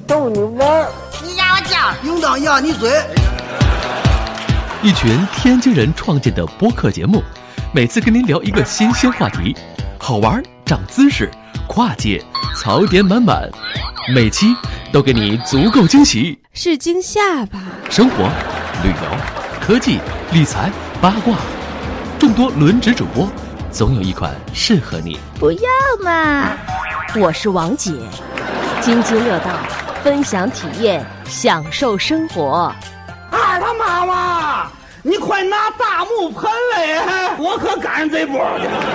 逗你玩。 你压我脚， 应当压你嘴。 一群天津人创建的播客节目，每次跟您聊一个新鲜话题，好玩、长姿势、跨界、槽点满满，每期都给你足够惊喜。 是惊吓吧？ 生活、旅游、科技、理财、八卦，众多轮值主播，总有一款适合你。 不要嘛！我是王姐，津津乐道，分享体验，享受生活。 二他妈妈，你快拿大木盆来，我可赶上这波去了。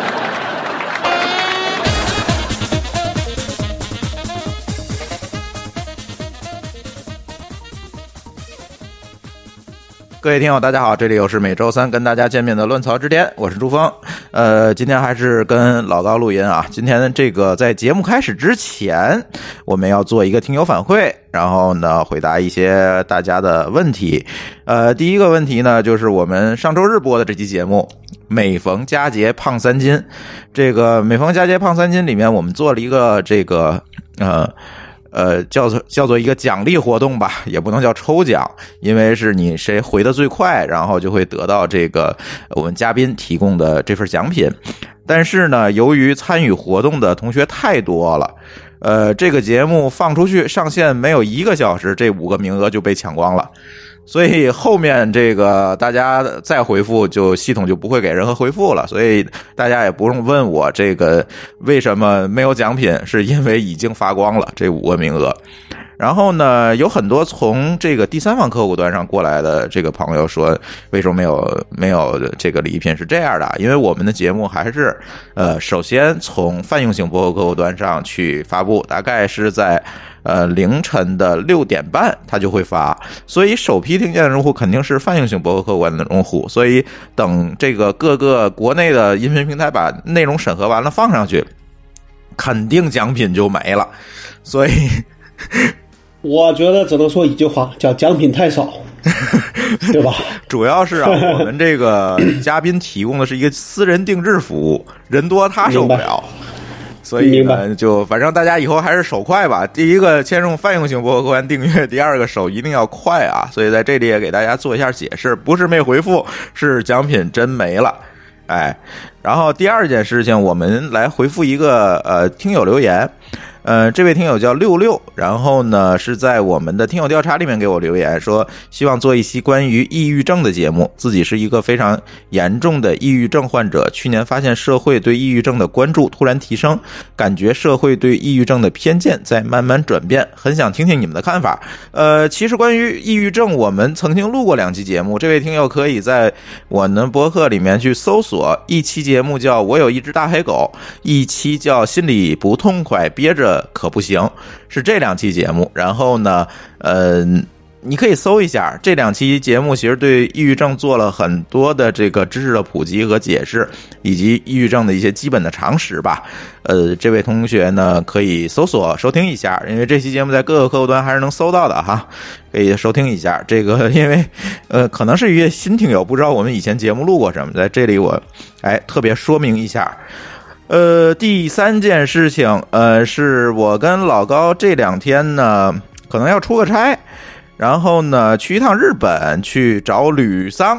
各位听友大家好，这里又是每周三跟大家见面的论槽之巅，我是朱峰。今天还是跟老高录音啊。今天这个在节目开始之前，我们要做一个听友反馈，然后呢回答一些大家的问题。第一个问题呢，就是我们上周日播的这期节目每逢佳节胖3斤。这个每逢佳节胖3斤里面，我们做了一个这个叫做一个奖励活动吧，也不能叫抽奖，因为是你谁回得最快，然后就会得到这个我们嘉宾提供的这份奖品。但是呢，由于参与活动的同学太多了，这个节目放出去上线没有1个小时，这5个名额就被抢光了。所以后面这个大家再回复，就系统就不会给任何回复了，所以大家也不用问我这个为什么没有奖品，是因为已经发光了这5个名额。然后呢，有很多从这个第三方客户端上过来的这个朋友说，为什么没有这个礼品？是这样的，因为我们的节目还是首先从泛用型播客客户端上去发布，大概是在凌晨的6点半它就会发，所以首批听见的用户肯定是泛用型播客客户端的用户，所以等这个各个国内的音频平台把内容审核完了放上去，肯定奖品就没了。所以我觉得只能说一句话，叫奖品太少，对吧？ 主要是啊，我们这个嘉宾提供的是一个私人定制服务，人多他受不了。所以呢，就反正大家以后还是手快吧。第一个先用泛用型播客客户端订阅，第二个手一定要快啊。所以在这里也给大家做一下解释，不是没回复，是奖品真没了。哎，然后第二件事情，我们来回复一个听友留言。这位听友叫66，然后呢是在我们的听友调查里面给我留言说，希望做一期关于抑郁症的节目，自己是一个非常严重的抑郁症患者，去年发现社会对抑郁症的关注突然提升，感觉社会对抑郁症的偏见在慢慢转变，很想听听你们的看法。其实关于抑郁症我们曾经录过2期节目，这位听友可以在我的博客里面去搜索，一期节目叫我有一只大黑狗，一期叫心里不痛快憋着可不行，是这2期节目。然后呢你可以搜一下这2期节目，其实对抑郁症做了很多的这个知识的普及和解释，以及抑郁症的一些基本的常识吧。这位同学呢可以搜索收听一下，因为这期节目在各个客户端还是能搜到的哈，可以收听一下。这个因为可能是一些新听友不知道我们以前节目录过什么，在这里我特别说明一下。第3件事情，是我跟老高这2天呢，可能要出个差，然后呢，去一趟日本去找吕桑。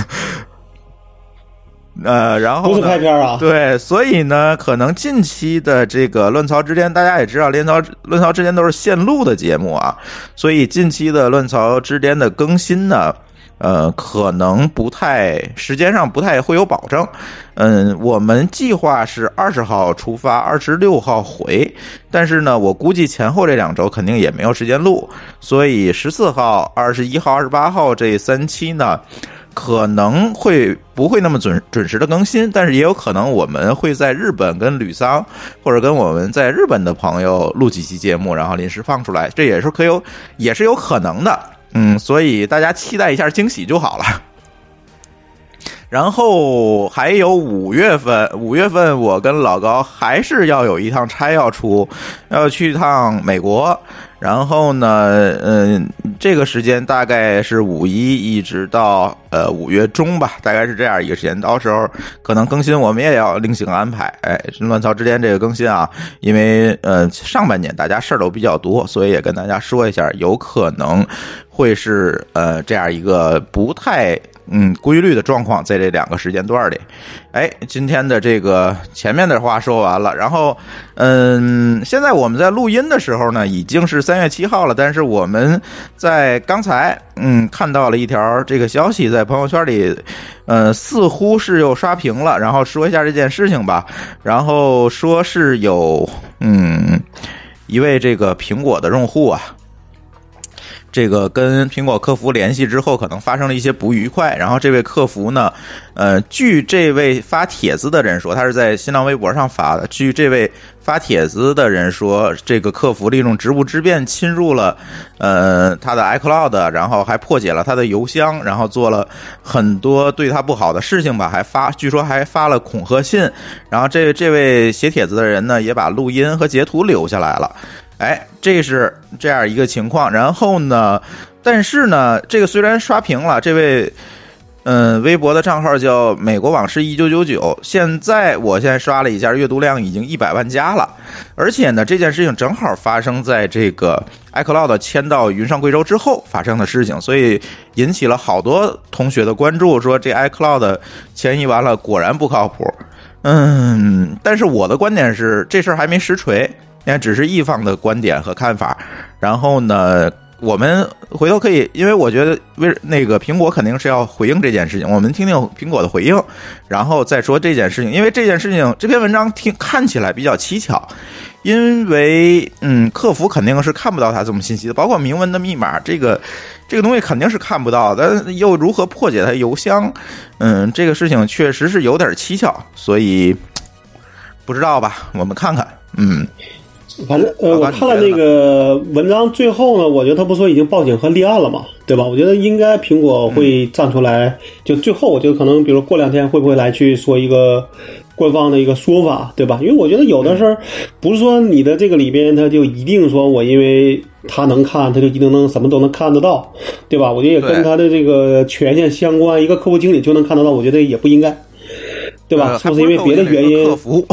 然后不是拍片啊？ 对，所以呢，可能近期的这个论槽之巅，大家也知道，论槽之巅都是现录的节目啊，所以近期的论槽之巅的更新呢，可能时间上不太会有保证。我们计划是20号出发，26号回，但是呢，我估计前后这2周肯定也没有时间录，所以14号、21号、28号这3期呢，可能不会那么准时的更新，但是也有可能我们会在日本跟吕桑或者跟我们在日本的朋友录几期节目，然后临时放出来，这也是有可能的。所以大家期待一下惊喜就好了。 然后还有5月份我跟老高还是要有一趟差要出，要去一趟美国。然后呢，这个时间大概是5·1一直到5月中吧，大概是这样一个时间。到时候可能更新我们也要另行安排。乱操之间这个更新啊，因为上半年大家事儿都比较多，所以也跟大家说一下，有可能会是这样一个不太规律的状况，在这2个时间段里。今天的这个前面的话说完了，然后现在我们在录音的时候呢，已经是3月7号了，但是我们在刚才看到了一条这个消息，在朋友圈里似乎是又刷屏了，然后说一下这件事情吧。然后说是有一位这个苹果的用户啊，这个跟苹果客服联系之后，可能发生了一些不愉快。然后这位客服呢，据这位发帖子的人说，他是在新浪微博上发的。据这位发帖子的人说，这个客服利用职务之便侵入了他的 iCloud， 然后还破解了他的邮箱，然后做了很多对他不好的事情吧，据说还发了恐吓信。然后这位写帖子的人呢，也把录音和截图留下来了。这是这样一个情况。然后呢，但是呢，这个虽然刷屏了，这位微博的账号叫美国往事1999，我现在刷了一下，阅读量已经100万加了。而且呢，这件事情正好发生在这个 iCloud 迁到云上贵州之后发生的事情，所以引起了好多同学的关注，说这 iCloud 迁移完了果然不靠谱。但是我的观点是，这事儿还没实锤，只是一方的观点和看法。然后呢，我们回头可以，因为我觉得那个苹果肯定是要回应这件事情，我们听听苹果的回应，然后再说这件事情。因为这件事情，这篇文章看起来比较蹊跷，因为客服肯定是看不到它这么信息的，包括明文的密码，这个东西肯定是看不到的，但又如何破解它邮箱？这个事情确实是有点蹊跷，所以不知道吧，我们看看。 反正我看了那个文章最后呢，我觉得他不说已经报警和立案了嘛，对吧？我觉得应该苹果会站出来，就最后我觉得可能比如过2天会不会来去说一个官方的一个说法，对吧？因为我觉得有的事儿不是说你的这个里边他就一定说我因为他能看他就一定能什么都能看得到，对吧？我觉得也跟他的这个权限相关，一个客户经理就能看得到，我觉得也不应该，对吧？是不是因为别的原因？ 客服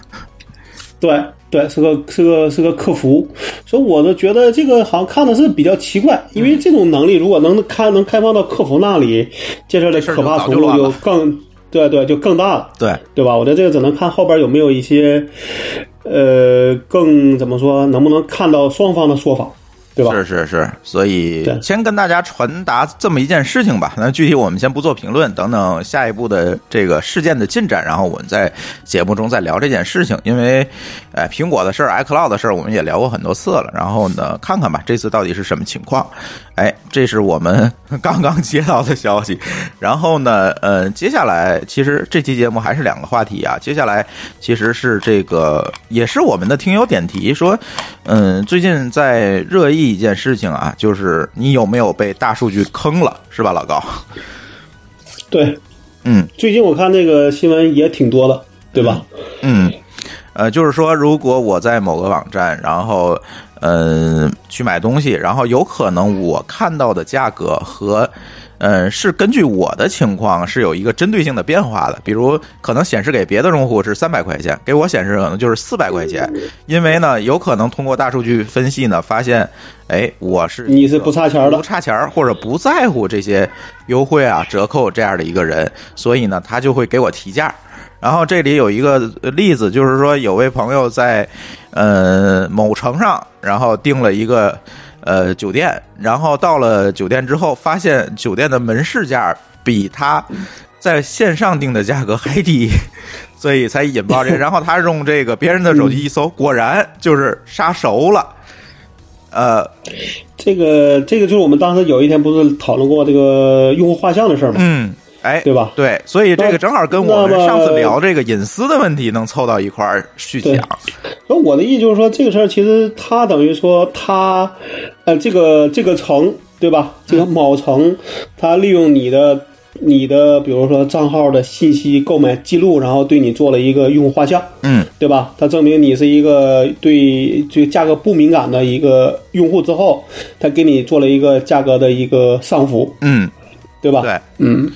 对，是个客服，所以我就觉得这个好像看的是比较奇怪，因为这种能力如果能开放到客服那里，这事的可怕程度就更就更大了，对吧？我觉得这个只能看后边有没有一些更怎么说，能不能看到双方的说法。对吧？ 是，所以先跟大家传达这么一件事情吧。那具体我们先不做评论，等等下一步的这个事件的进展，然后我们在节目中再聊这件事情。因为苹果的事儿、iCloud 的事儿，我们也聊过很多次了。然后呢，看看吧，这次到底是什么情况？这是我们刚刚接到的消息。然后呢，接下来其实这期节目还是2个话题啊。接下来其实是这个，也是我们的听友点题说，最近在热议一件事情啊，就是你有没有被大数据坑了，是吧，老高？ 对，最近我看这个新闻也挺多的，对吧？ 就是说，如果我在某个网站，然后去买东西，然后有可能我看到的价格和是根据我的情况是有一个针对性的变化的，比如可能显示给别的用户是300块钱，给我显示可能就是400块钱，因为呢，有可能通过大数据分析呢，发现，你是不差钱的，不差钱或者不在乎这些优惠啊、折扣这样的一个人，所以呢，他就会给我提价。然后这里有一个例子，就是说有位朋友在某城上，然后订了一个酒店，然后到了酒店之后，发现酒店的门市价比他在线上订的价格还低，所以才引爆这个。然后他用这个别人的手机一搜，果然就是杀熟了。 这个就是我们当时有一天不是讨论过这个用户画像的事吗？对吧？ 对，所以这个正好跟我们上次聊这个隐私的问题能凑到一块儿去讲。 所以我的意思就是说，这个事儿其实它等于说它，这个城对吧？这个某城，它利用你的你的比如说账号的信息、购买记录，然后对你做了一个用户画像，对吧？它证明你是一个对价格不敏感的一个用户之后，它给你做了一个价格的一个上浮，对吧？ 对，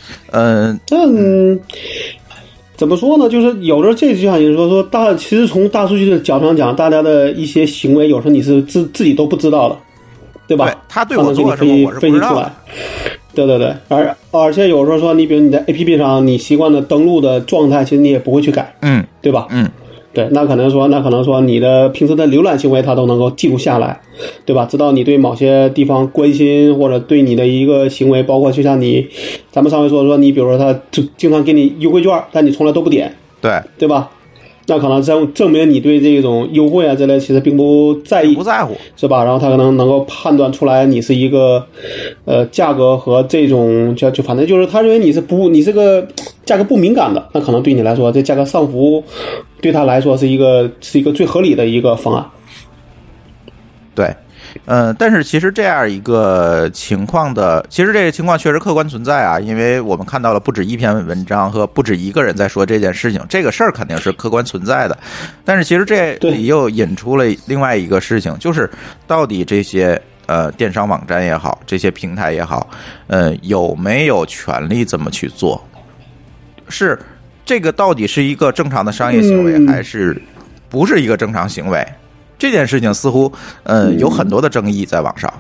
怎么说呢？就是有时候这就像你说其实从大数据的角度上讲，大家的一些行为，有时候你是自己都不知道的，对吧？ 对，他对我做什么，我是不知道的。 对，而且有时候说，你比如你在 APP 上，你习惯的登录的状态，其实你也不会去改，对吧？对，那可能说你的平时的浏览行为，它都能够记录下来，对吧？知道你对某些地方关心，或者对你的一个行为，包括就像咱们上回说你比如说他就经常给你优惠券，但你从来都不点，对吧？那可能证明你对这种优惠啊之类其实并不在意， 不在乎， 是吧？然后他可能够判断出来你是一个价格和这种就反正就是他认为你是个价格不敏感的，那可能对你来说这价格上浮对他来说是一个最合理的一个方案。 对，但是其实这样一个情况其实这个情况确实客观存在啊，因为我们看到了不止一篇文章和不止一个人在说这件事情，这个事儿肯定是客观存在的。但是其实这里又引出了另外一个事情，就是到底这些电商网站也好，这些平台也好，有没有权利这么去做？是这个到底是一个正常的商业行为，还是不是一个正常行为？这件事情似乎有很多的争议在网上。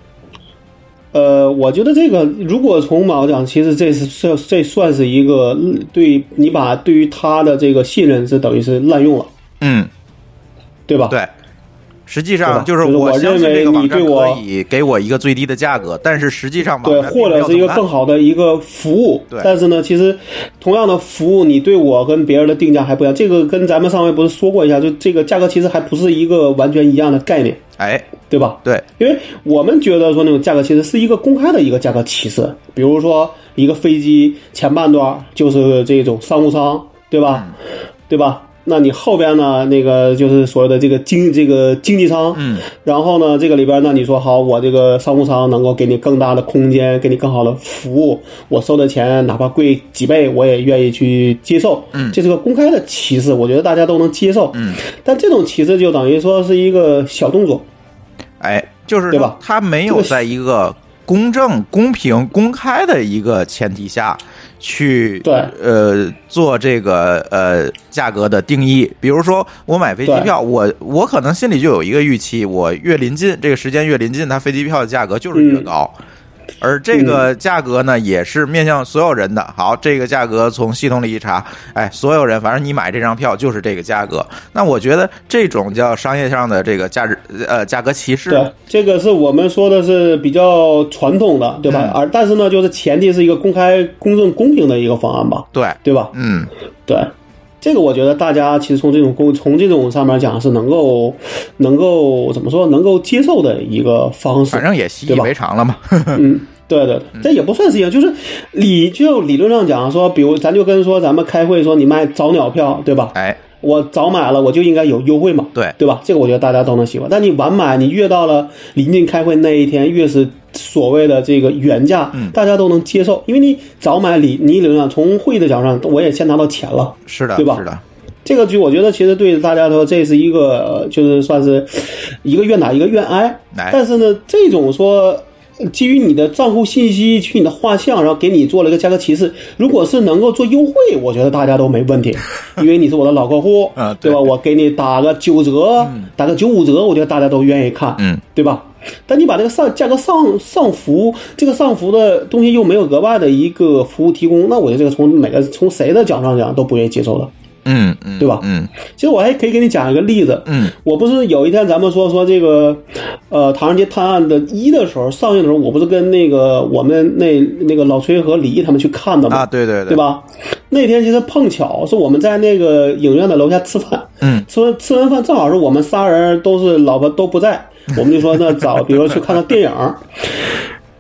我觉得这个如果从某讲，其实这算是一个对于他的这个信任是等于是滥用了，对吧？ 对。实际上就是我相信这个网站可以给我一个最低的价格，但是实际上对，或者是一个更好的一个服务。 对， 但是呢，其实同样的服务，你对我跟别人的定价还不一样。这个跟咱们上回不是说过一下，就这个价格其实还不是一个完全一样的概念，对吧？ 对， 因为我们觉得说那种价格其实是一个公开的一个价格启示，比如说一个飞机前半段就是这种商务舱，对吧？对吧？那你后边呢？那个就是所谓的这个经济舱，然后呢，这个里边呢，你说好，我这个商务舱能够给你更大的空间，给你更好的服务，我收的钱哪怕贵几倍，我也愿意去接受。这是个公开的歧视，我觉得大家都能接受。但这种歧视就等于说是一个小动作， 就是对吧？ 他没有在一个公正、公平、公开的一个前提下去做这个价格的定义。比如说我买飞机票，我可能心里就有一个预期，我越临近这个时间越临近，它飞机票的价格就是越高。而这个价格呢，也是面向所有人的。好，这个价格从系统里一查，所有人，反正你买这张票就是这个价格。那我觉得这种叫商业上的这个价格歧视。 对，这个是我们说的是比较传统的，对吧？但是呢，就是前提是一个公开、公正、公平的一个方案吧？对吧？对。这个我觉得大家其实从这种上面讲是能够怎么说能够接受的一个方式， 反正也习以为常了嘛。 对，这也不算是一样，就是理论上讲说，比如咱就跟说咱们开会说你卖早鸟票，对吧？我早买了，我就应该有优惠嘛，对吧？这个我觉得大家都能喜欢。但你晚买，你越到了临近开会那一天，越是所谓的这个原价，大家都能接受，因为你早买你理论上从会议的角度上，我也先拿到钱了， 是的， 对吧？ 是的。 这个局我觉得其实对大家说，这是一个就是算是一个愿打一个愿挨。但是呢，这种说基于你的账户信息，去你的画像，然后给你做了一个价格歧视，如果是能够做优惠，我觉得大家都没问题，因为你是我的老客户，对吧？我给你打个9折，打个95折，我觉得大家都愿意看，对吧？但你把这个价格上浮，这个上浮的东西又没有额外的一个服务提供，那我觉得这个从谁的角度上讲都不愿意接受的。对吧？其实我还可以给你讲一个例子。我不是有一天咱们说这个唐人街探案的1的时候上映的时候，我不是跟那个我们那个老崔和李毅他们去看的嘛？对吧？那天其实碰巧是我们在那个影院的楼下吃饭。吃完饭正好是我们仨人都是老婆都不在，我们就说那比如说去看看电影。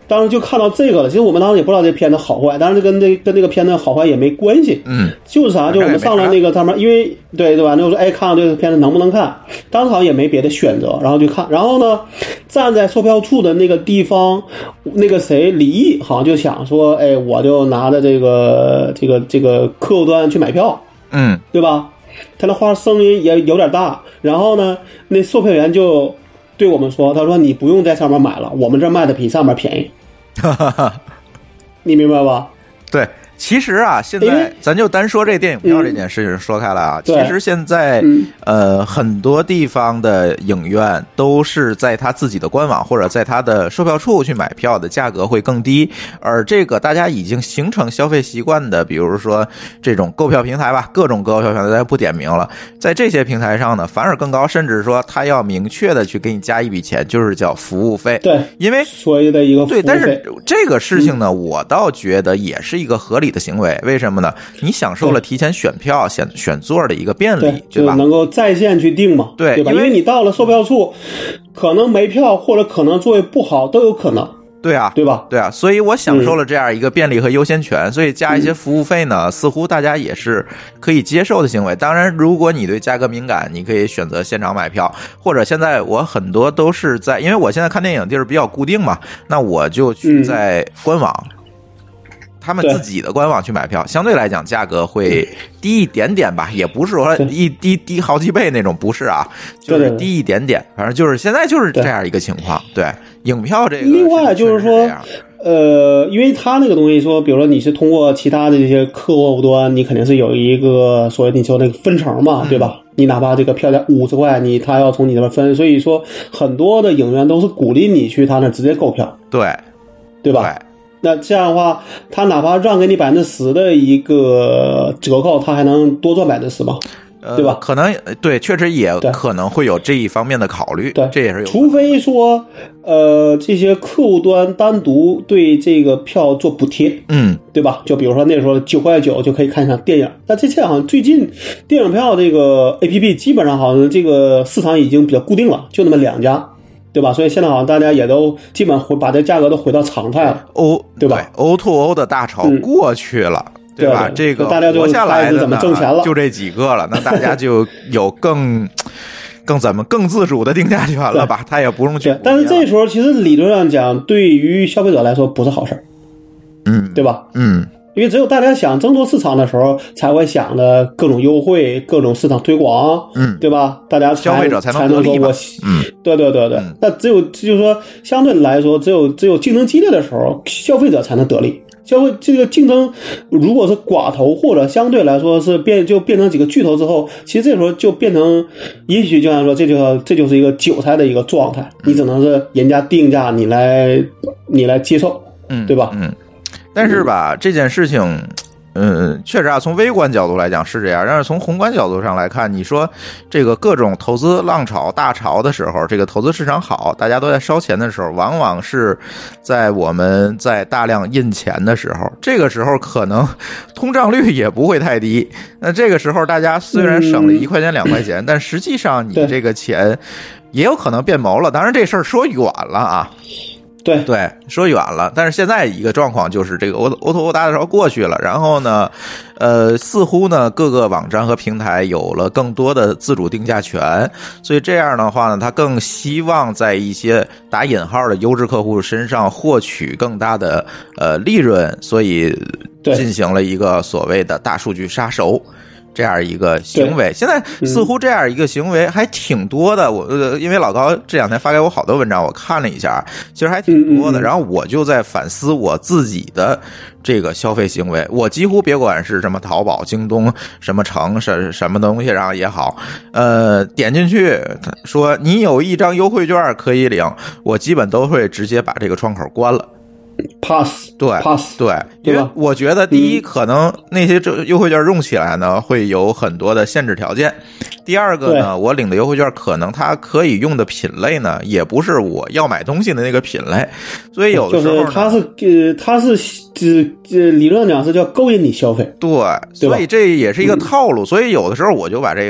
当时就看到这个了。其实我们当时也不知道这片子好坏，当然跟这个片子好坏也没关系。就是啥，就是我们上了那个上面，因为对吧？就是哎，看看这个片子能不能看。当时好像也没别的选择，然后就看。然后呢，站在售票处的那个地方，那个谁李毅好像就想说，哎，我就拿着这个客户端去买票，对吧？他那话声音也有点大。然后呢，那售票员就对我们说，他说你不用在上面买了，我们这卖的比上面便宜。你明白吧？ 对，其实啊，现在咱就单说这电影票这件事情说开了啊，其实现在很多地方的影院都是在他自己的官网或者在他的售票处去买票的价格会更低，而这个大家已经形成消费习惯的，比如说这种购票平台吧，各种购票平台咱不点名了，在这些平台上呢反而更高，甚至说他要明确的去给你加一笔钱，就是叫服务费。 对， 因为所谓的一个服务费。 对，但是这个事情呢，我倒觉得也是一个合理的行为。为什么呢？你享受了提前选票选座的一个便利，对吧？ 就能够在线去订嘛， 对吧？因为你到了售票处，可能没票或者可能座位不好都有可能。 对啊， 对吧？ 对啊，所以我享受了这样一个便利和优先权，所以加一些服务费呢，似乎大家也是可以接受的行为。当然，如果你对价格敏感，你可以选择现场买票，或者现在我很多都是在，因为我现在看电影地儿比较固定嘛，那我就去在官网。他们自己的官网去买票，相对来讲价格会低一点点吧，也不是说低好几倍那种，不是啊，就是低一点点，反正就是现在就是这样一个情况。对，影票这个。 另外就是说，因为他那个东西说，比如说你是通过其他的这些客户端，你肯定是有一个所谓你说那个分成嘛，对吧？你哪怕这个票价50块，他要从你那边分，所以说很多的影院都是鼓励你去他那直接购票，对吧？对。那这样的话，他哪怕让给你10%的一个折扣，他还能多赚10%嘛，对吧？ 可能对，确实也可能会有这一方面的考虑， 对， 这也是有。 除非说，这些客户端单独对这个票做补贴，对吧？就比如说那时候9.9块就可以看一场电影，但这好像最近电影票这个 APP 基本上好像这个市场已经比较固定了，就那么2家。对吧？所以现在好像大家也都基本把这价格都回到常态了，对吧 ？O2O 的大潮过去了，对吧？这个大家就活下来的怎么挣钱了， 就这几个了，那大家就有更自主的定价权了吧？他也不用去。 但是这时候其实理论上讲，对于消费者来说不是好事，对吧？因为只有大家想争夺市场的时候，才会想的各种优惠、各种市场推广，对吧？大家消费者才能说我，对。那就是说，相对来说，只有竞争激烈的时候，消费者才能得利。这个竞争如果是寡头或者相对来说是变成几个巨头之后，其实这时候就变成，也许就像说这就是一个韭菜的一个状态，你只能是人家定价你来接受，对吧？ 但是吧，这件事情，确实啊，从微观角度来讲是这样，但是从宏观角度上来看，你说这个各种投资浪潮大潮的时候，这个投资市场好，大家都在烧钱的时候，往往是在我们在大量印钱的时候，这个时候可能通胀率也不会太低。那这个时候大家虽然省了1块钱2块钱，但实际上你这个钱也有可能变毛了。当然这事儿说远了啊。对，说远了，但是现在一个状况就是这个 O2O 大潮过去了，然后呢，似乎呢各个网站和平台有了更多的自主定价权，所以这样的话呢，他更希望在一些打引号的优质客户身上获取更大的利润，所以进行了一个所谓的大数据杀熟。这样一个行为，现在似乎这样一个行为还挺多的。因为老高这2天发给我好多文章，我看了一下，其实还挺多的。然后我就在反思我自己的这个消费行为，我几乎别管是什么淘宝、京东、什么城、什么东西上也好，点进去说你有1张优惠券可以领，我基本都会直接把这个窗口关了。 pass 对，因为我觉得第一，可能那些优惠券用起来呢会有很多的限制条件，第二个呢，我领的优惠券可能它可以用的品类呢也不是我要买东西的那个品类，所以有的时候就是它是理论上讲是叫勾引你消费， 对，所以这也是一个套路，所以有的时候我就把这个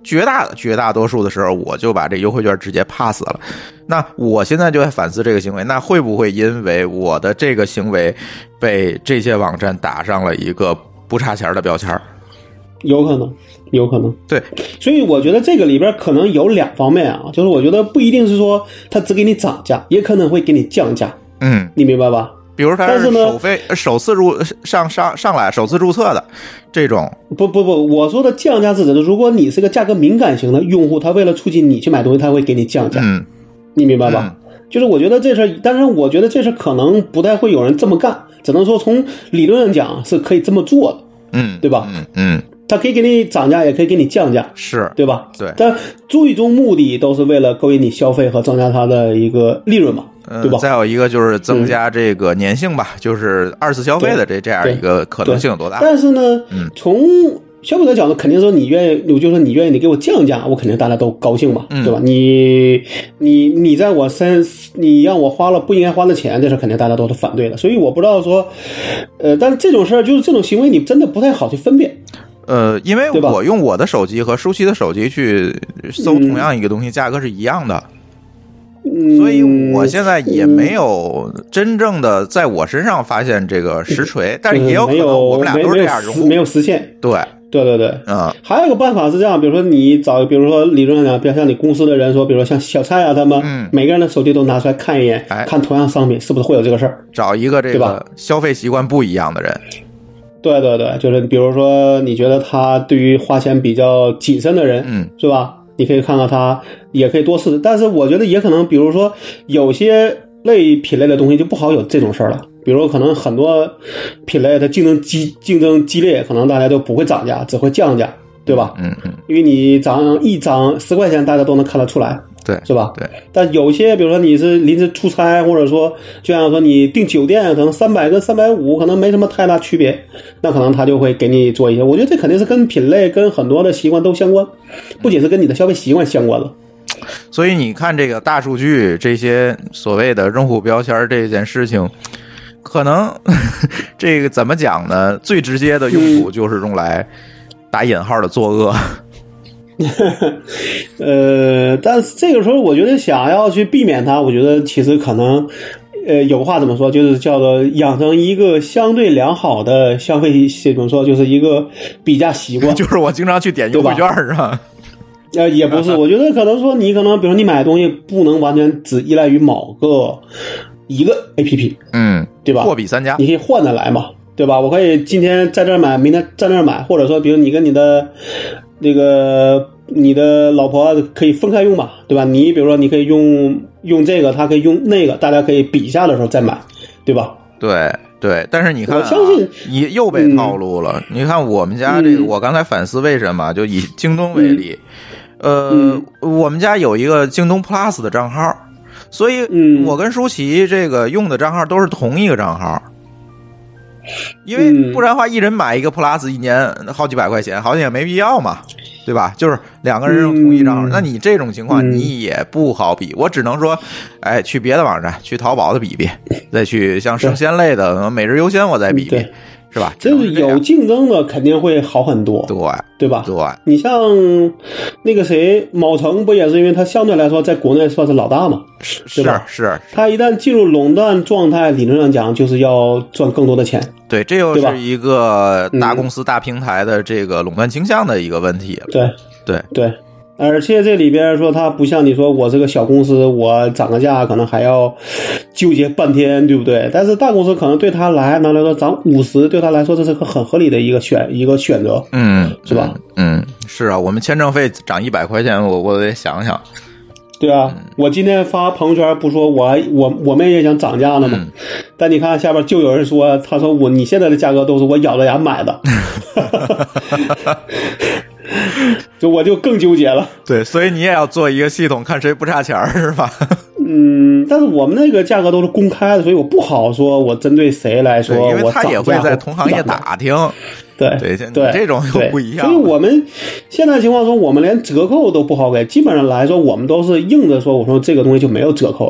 绝大多数的时候，我就把这优惠券直接 pass 了。那我现在就在反思这个行为，那会不会因为我的这个行为被这些网站打上了一个不差钱的标签？ 有可能。 对， 所以我觉得这个里边可能有2方面啊，就是我觉得不一定是说他只给你涨价，也可能会给你降价。你明白吧？ 比如他是首次上来首次注册的这种。 不，我说的降价是指的，如果你是个价格敏感型的用户，他为了促进你去买东西，他会给你降价。你明白吧？就是我觉得这事，当然我觉得这事可能不太会有人这么干，只能说从理论上讲是可以这么做的。对吧？他可以给你涨价，也可以给你降价， 是对吧？ 对， 但最终目的都是为了勾引你消费和增加它的一个利润嘛，对吧？ 再有一个就是增加这个粘性吧，就是2次消费的这样一个可能性有多大？ 但是呢，从消费者角度，肯定说你愿意，我就说你愿意，你给我降价，我肯定大家都高兴嘛，对吧？你在我你让我花了不应该花的钱，这事肯定大家都是反对的。所以我不知道说，但是这种事儿就是这种行为，你真的不太好去分辨。 因为我用我的手机和舒淇的手机去搜同样一个东西，价格是一样的，所以我现在也没有真正的在我身上发现这个实锤，但是也有可能我们俩都是这样用户， 没有实现。 对， 还有一个办法是这样，比如说你找，比如说理论上讲，比如像你公司的人说，比如说像小蔡啊他们，每个人的手机都拿出来看一眼，看同样商品是不是会有这个事儿， 找一个这个消费习惯不一样的人。 对，就是比如说你觉得他对于花钱比较谨慎的人，是吧？你可以看看他，也可以多试试。但是我觉得也可能，比如说有些品类的东西就不好有这种事儿了。比如可能很多品类它竞争激烈，可能大家都不会涨价，只会降价，对吧？因为你涨10块钱，大家都能看得出来。 对， 是吧？ 对。 但有些比如说你是临时出差，或者说就像说你订酒店，可能300跟350可能没什么太大区别，那可能他就会给你做一些。我觉得这肯定是跟品类跟很多的习惯都相关，不仅是跟你的消费习惯相关了。 所以你看这个大数据，这些所谓的用户标签这件事情，可能这个怎么讲呢？最直接的用途就是用来打引号的作恶。 但是这个时候我觉得想要去避免它，我觉得其实可能有话怎么说，就是叫做养成一个相对良好的消费怎么说，就是一个比价习惯。 就是我经常去点优惠券是吧？ 也不是，我觉得可能说你可能比如你买的东西不能完全只依赖于一个 APP， 对吧？ 货比三家， 你可以换着来嘛，对吧？我可以今天在这儿买，明天在那儿买，或者说比如你跟你的你的老婆可以分开用嘛，对吧？你比如说你可以用这个，他可以用那个，大家可以比价的时候再买，对吧？ 对，但是你看， 我相信你又被套路了。你看我们家这个，我刚才反思为什么，就以京东为例，我们家有一个京东 Plus 的账号，所以我跟舒淇这个用的账号都是同一个账号。因为不然的话，一人买一个 Plus， 一年好几百块钱，好像也没必要嘛，对吧？就是2个人用同一账号，那你这种情况你也不好比。我只能说，去别的网站，去淘宝的比，再去像生鲜类的每日优鲜我再比，是吧？ 就是有竞争的肯定会好很多，对吧？ 对， 你像那个谁，某城不也是因为它相对来说在国内算是老大嘛，对吧？ 是。 它一旦进入垄断状态，理论上讲就是要赚更多的钱。 对，这又是一个大公司大平台的这个垄断倾向的一个问题。对。而且这里边说它不像你说我这个小公司，我涨个价可能还要纠结半天，对不对？但是大公司可能对他来说涨50，对他来说这是个很合理的一个选择，是吧？是啊，我们签证费涨100块钱，我得想想。对啊，我今天发朋友圈不说我们也想涨价了吗？但你看下边就有人说，他说你现在的价格都是我咬着牙买的。就我就更纠结了。对，所以你也要做一个系统，看谁不差钱是吧？但是我们那个价格都是公开的，所以我不好说我针对谁来说，因为他也会在同行业打听。对，这种又不一样。所以我们现在情况说，我们连折扣都不好给，基本上来说，我们都是硬着说，我说这个东西就没有折扣了。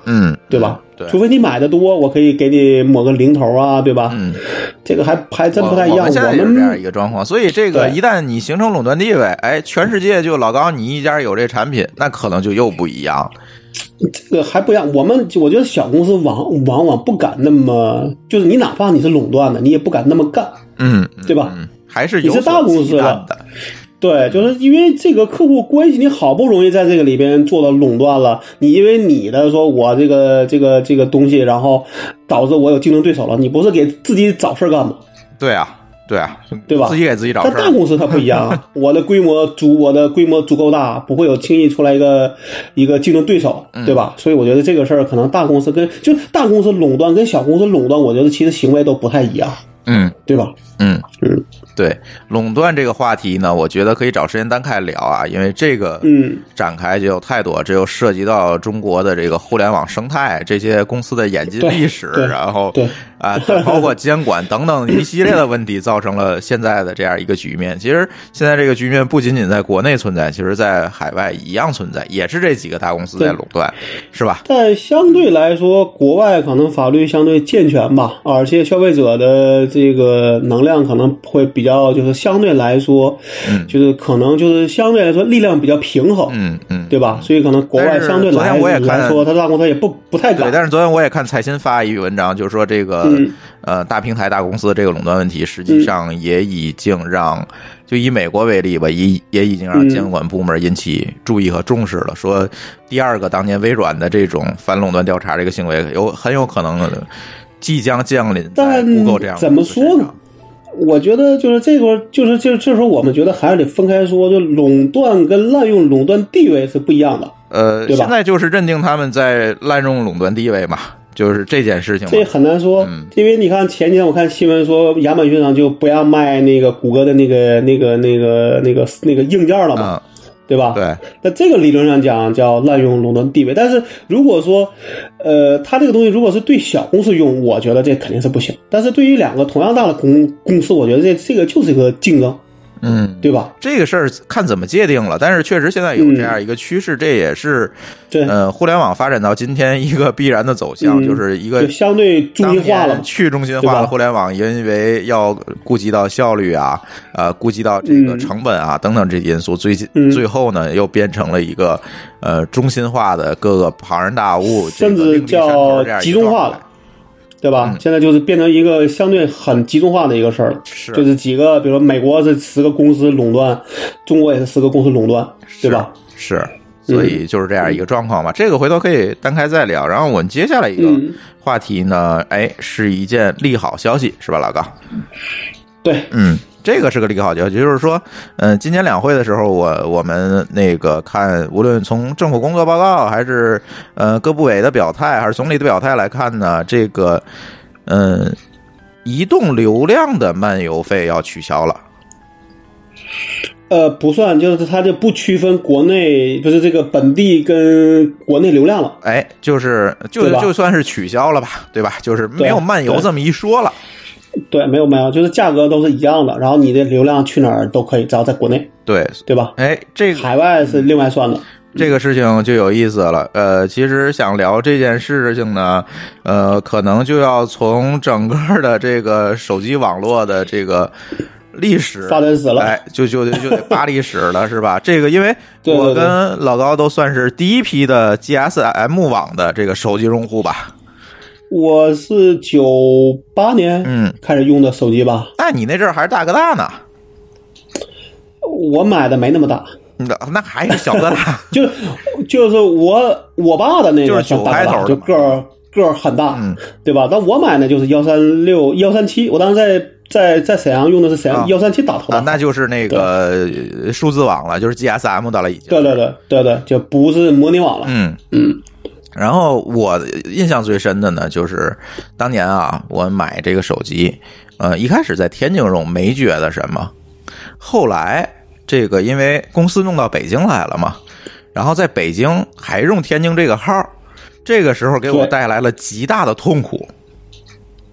对吧？ 对， 除非你买的多，我可以给你抹个零头啊，对吧？这个还真不太一样。 我们现在也是这样一个状况，所以这个一旦你形成垄断地位，哎，全世界就老高你一家有这产品，那可能就又不一样。 这个还不一样，我觉得小公司往往不敢那么，就是你哪怕你是垄断的，你也不敢那么干，对吧？ 还是有你是大公司了。对，就是因为这个客户关系，你好不容易在这个里边做到垄断了，你因为你的说我这个东西，然后导致我有竞争对手了，你不是给自己找事干吗？ 对啊， 对吧？ 自己给自己找事。 但大公司它不一样啊，我的规模足够大，不会有轻易出来一个竞争对手，对吧？所以我觉得这个事儿可能大公司就大公司垄断跟小公司垄断，我觉得其实行为都不太一样，对吧？ 对，垄断这个话题呢，我觉得可以找时间单开聊啊，因为这个展开就有太多，这又涉及到中国的这个互联网生态，这些公司的演进历史，然后包括监管等等一系列的问题，造成了现在的这样一个局面。其实现在这个局面不仅仅在国内存在，其实在海外一样存在，也是这几个大公司在垄断，是吧？ 但相对来说，国外可能法律相对健全吧，而且消费者的这个能量可能会比较，就是相对来说，就是可能就是相对来说力量比较平衡，对吧？所以可能国外相对来说，它大公司也不太敢。 对，但是昨天我也看蔡新发一篇文章，就是说这个大平台大公司这个垄断问题，实际上也已经让，就以美国为例吧，也已经让监管部门引起注意和重视了。说第二个当年微软的这种反垄断调查这个行为，很有可能即将降临在 Google 这样的。 怎么说呢？我觉得就是这个，就是这时候我们觉得还是得分开说，就垄断跟滥用垄断地位是不一样的。对吧？ 现在就是认定他们在滥用垄断地位嘛，就是这件事情嘛。 这很难说，因为你看前几天我看新闻说，亚马逊上就不要卖那个谷歌的那个硬件了嘛。对吧？ 对， 那这个理论上讲叫滥用垄断地位，但是如果说，它这个东西如果是对小公司用，我觉得这肯定是不行。但是对于两个同样大的公司，我觉得这个就是一个竞争，对吧？ 这个事儿看怎么界定了，但是确实现在有这样一个趋势，这也是对互联网发展到今天一个必然的走向，就是一个就相对中心化了， 去中心化的互联网，因为要顾及到效率啊，顾及到这个成本啊等等这些因素，最后呢又变成了一个中心化的各个庞然大物， 甚至叫集中化了。对吧？现在就是变成一个相对很集中化的一个事儿了，就是几个，比如说美国是10个公司垄断，中国也是10个公司垄断，对吧？ 是，所以就是这样一个状况嘛。这个回头可以单开再聊。然后我们接下来一个话题呢，是一件利好消息，是吧，老高？ 对， 这个是个利好消息，就是说，今年两会的时候，我们那个看，无论从政府工作报告，还是各部委的表态，还是总理的表态来看呢，这个移动流量的漫游费要取消了。 不算，就是它就不区分国内，不是这个本地跟国内流量了。 就算是取消了吧，对吧？就是没有漫游这么一说了。 对，没有，就是价格都是一样的，然后你的流量去哪儿都可以，只要在国内，对吧？ 这个海外是另外算的。 这个事情就有意思了。其实想聊这件事情呢，可能就要从整个的这个手机网络的这个历史发展史了， 就得扒历史了，是吧？这个因为我跟老高都算是第一批的 GSM 网的这个手机用户吧。 我是98年开始用的手机吧。 那你那阵儿还是大哥大呢？ 我买的没那么大， 那还是小哥大。 就是我爸的那个就是9开头的， 就个儿很大，对吧？但我买的就是136、137，我当时在沈阳用的是沈阳137打头的， 那就是那个数字网了，就是 GSM 的了已经。 对，就不是模拟网了。 然后我印象最深的呢，就是当年啊，我买这个手机，一开始在天津用没觉得什么，后来这个因为公司弄到北京来了嘛，然后在北京还用天津这个号，这个时候给我带来了极大的痛苦。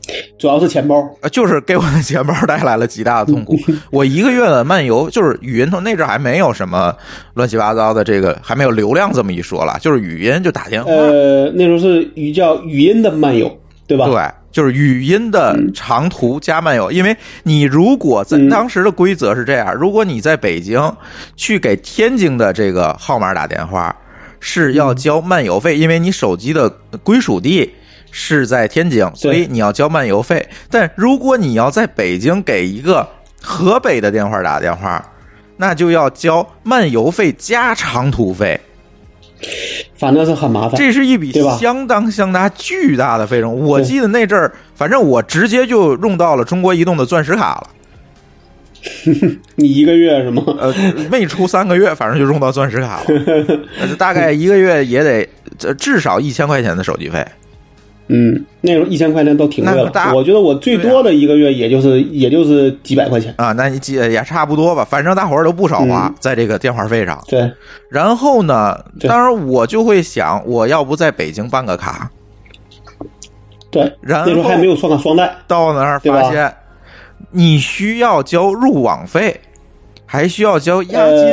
主要是钱包， 就是给我的钱包带来了极大的痛苦。我一个月的漫游就是语音通，那阵还没有什么乱七八糟的，这个还没有流量这么一说了，就是语音就打电话。 那时候是叫语音的漫游，对吧？ 对，就是语音的长途加漫游。因为你如果在当时的规则是这样，如果你在北京去给天津的这个号码打电话，是要交漫游费，因为你手机的归属地是在天津，所以你要交漫游费。但如果你要在北京给一个河北的电话打电话，那就要交漫游费加长途费， 反正是很麻烦。 这是一笔相当巨大的费用。我记得那阵儿，反正我直接就用到了中国移动的钻石卡了。 你一个月是吗？ 没出3个月，反正就用到钻石卡了。大概一个月也得至少1000块钱的手机费。 那时候1000块钱都挺贵了。我觉得我最多的一个月也就是几百块钱啊。那你也差不多吧，反正大伙儿都不少花在这个电话费上。 对。 然后呢，当然我就会想，我要不在北京办个卡。 对。 然后那时候还没有双卡双待， 到那儿发现你需要交入网费，还需要交押金。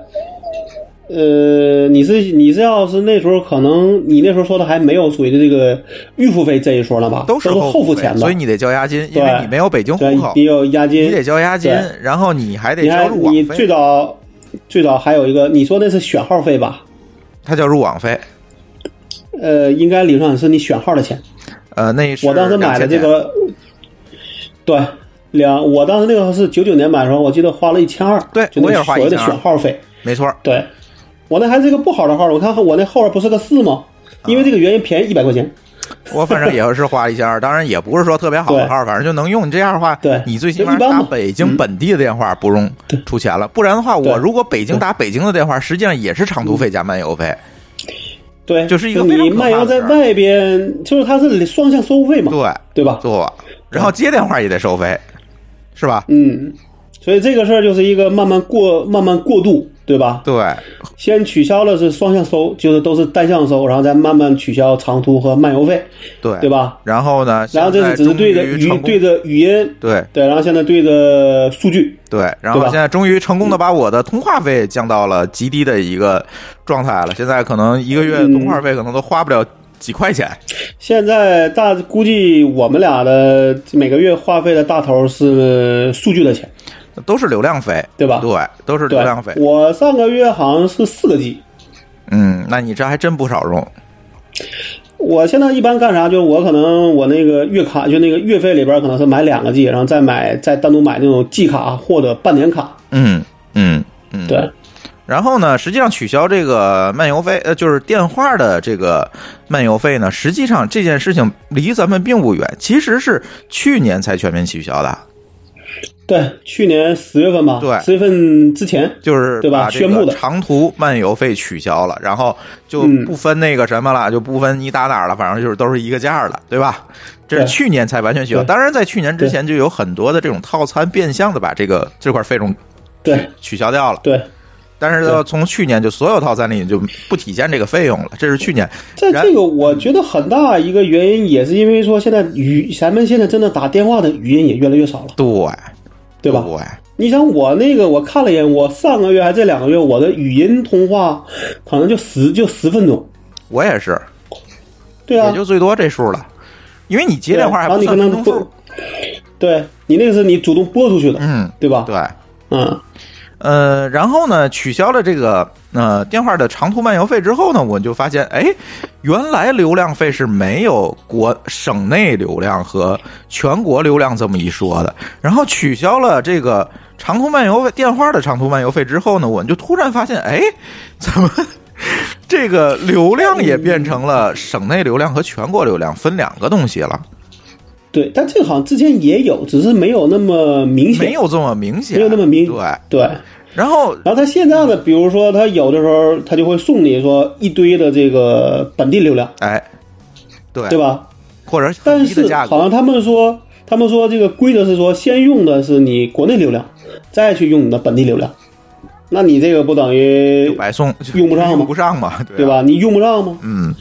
你是要是那时候可能你那时候说的还没有属于的这个预付费这一说了吧？ 都是后付钱的， 所以你得交押金，因为你没有北京户口， 你有押金， 你得交押金，然后你还得交入网费。 你最早还有一个，你说那是选号费吧？ 它叫入网费。 应该理论上是你选号的钱。 那是我当时买的这个，对。我当时那个是99年买的时候，我记得花了1200， 对，我也是花1200， 所谓的选号费， 没错。 对，我那还是一个不好的号，我看我那后边不是个4吗？因为这个原因便宜100块钱。 我反正也是花1200，当然也不是说特别好的号，反正就能用。你这样的话， 对， 你最起码打北京本地的电话不用出钱了，不然的话，我如果北京打北京的电话，实际上也是长途费加漫游费。 对， 就是一个你漫游在外边，就是它是双向收费嘛，对吧？ 对，然后接电话也得收费。是吧？ 所以这个事儿就是一个慢慢过渡，对吧？ 对， 先取消的是双向收，就是都是单向收，然后再慢慢取消长途和漫游费，对吧？ 然后呢？ 然后这是只是对着语音， 对， 然后现在对着数据， 对，然后现在终于成功的把我的通话费降到了极低的一个状态了。现在可能一个月通话费可能都花不了几块钱。 现在估计我们俩的每个月花费的大头是数据的钱， 都是流量费， 对吧？ 对，都是流量费。 我上个月好像是4个 G。 那你这还真不少用。 我现在一般干啥？就是我可能我那个月卡，就那个月费里边可能是买2个 G， 然后再单独买那种季卡或者半年卡。对。 然后呢，实际上取消这个漫游费，就是电话的这个漫游费呢，实际上这件事情离咱们并不远，其实是去年才全面取消的。 对，去年10月份吧， 对 ，10月份之前， 就是对吧？宣布的长途漫游费取消了，然后就不分那个什么了，就不分你打哪儿了，反正就是都是一个价了，对吧？这是去年才完全取消。当然，在去年之前就有很多的这种套餐变相的把这块费用取消掉了。 对。 但是从去年就所有套餐里就不体现这个费用了，这是去年。 在这个我觉得很大一个原因也是因为说现在咱们现在真的打电话的语音也越来越少了，对吧？ 对， 你想我我看了一眼，我上个月还这2个月我的语音通话可能就10分钟。 我也是。 对啊， 也就最多这数了，因为你接电话还不算分钟数。 对，你那个是你主动拨出去的，对吧？ 对，然后呢，取消了这个电话的长途漫游费之后呢，我就发现，原来流量费是没有省内流量和全国流量这么一说的。然后取消了这个长途漫游费，电话的长途漫游费之后呢，我就突然发现，怎么这个流量也变成了省内流量和全国流量分2个东西了。 对，但这个好像之前也有，只是没有那么明显， 没有这么明显， 没有那么明对。 然后他现在呢，比如说他有的时候他就会送你说一堆的这个本地流量，对吧？ 或者但是好像他们说这个规则是说先用的是你国内流量，再去用你的本地流量。那你这个不等于白送用不上吗？ 用不上嘛， 对吧？你用不上吗？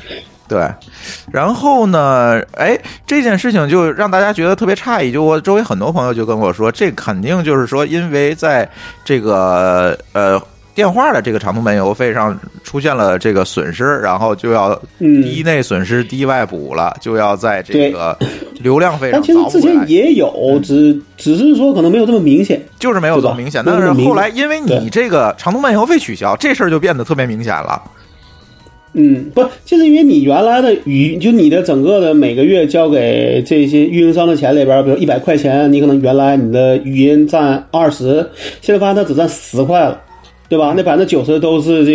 对，然后呢，这件事情就让大家觉得特别诧异，就我周围很多朋友就跟我说，这肯定就是说，因为在这个电话的这个长途漫游费上出现了这个损失，然后就要低内损失低外补了，就要在这个流量费上找补来。 但其实之前也有，只是说可能没有这么明显， 就是没有这么明显。但是后来因为你这个长途漫游费取消，这事儿就变得特别明显了。 不，就是因为你原来的就你的整个的每个月交给这些运营商的钱里边，比如100块钱，你可能原来你的语音占20%，现在发现它只占10块了。对吧？那90%都是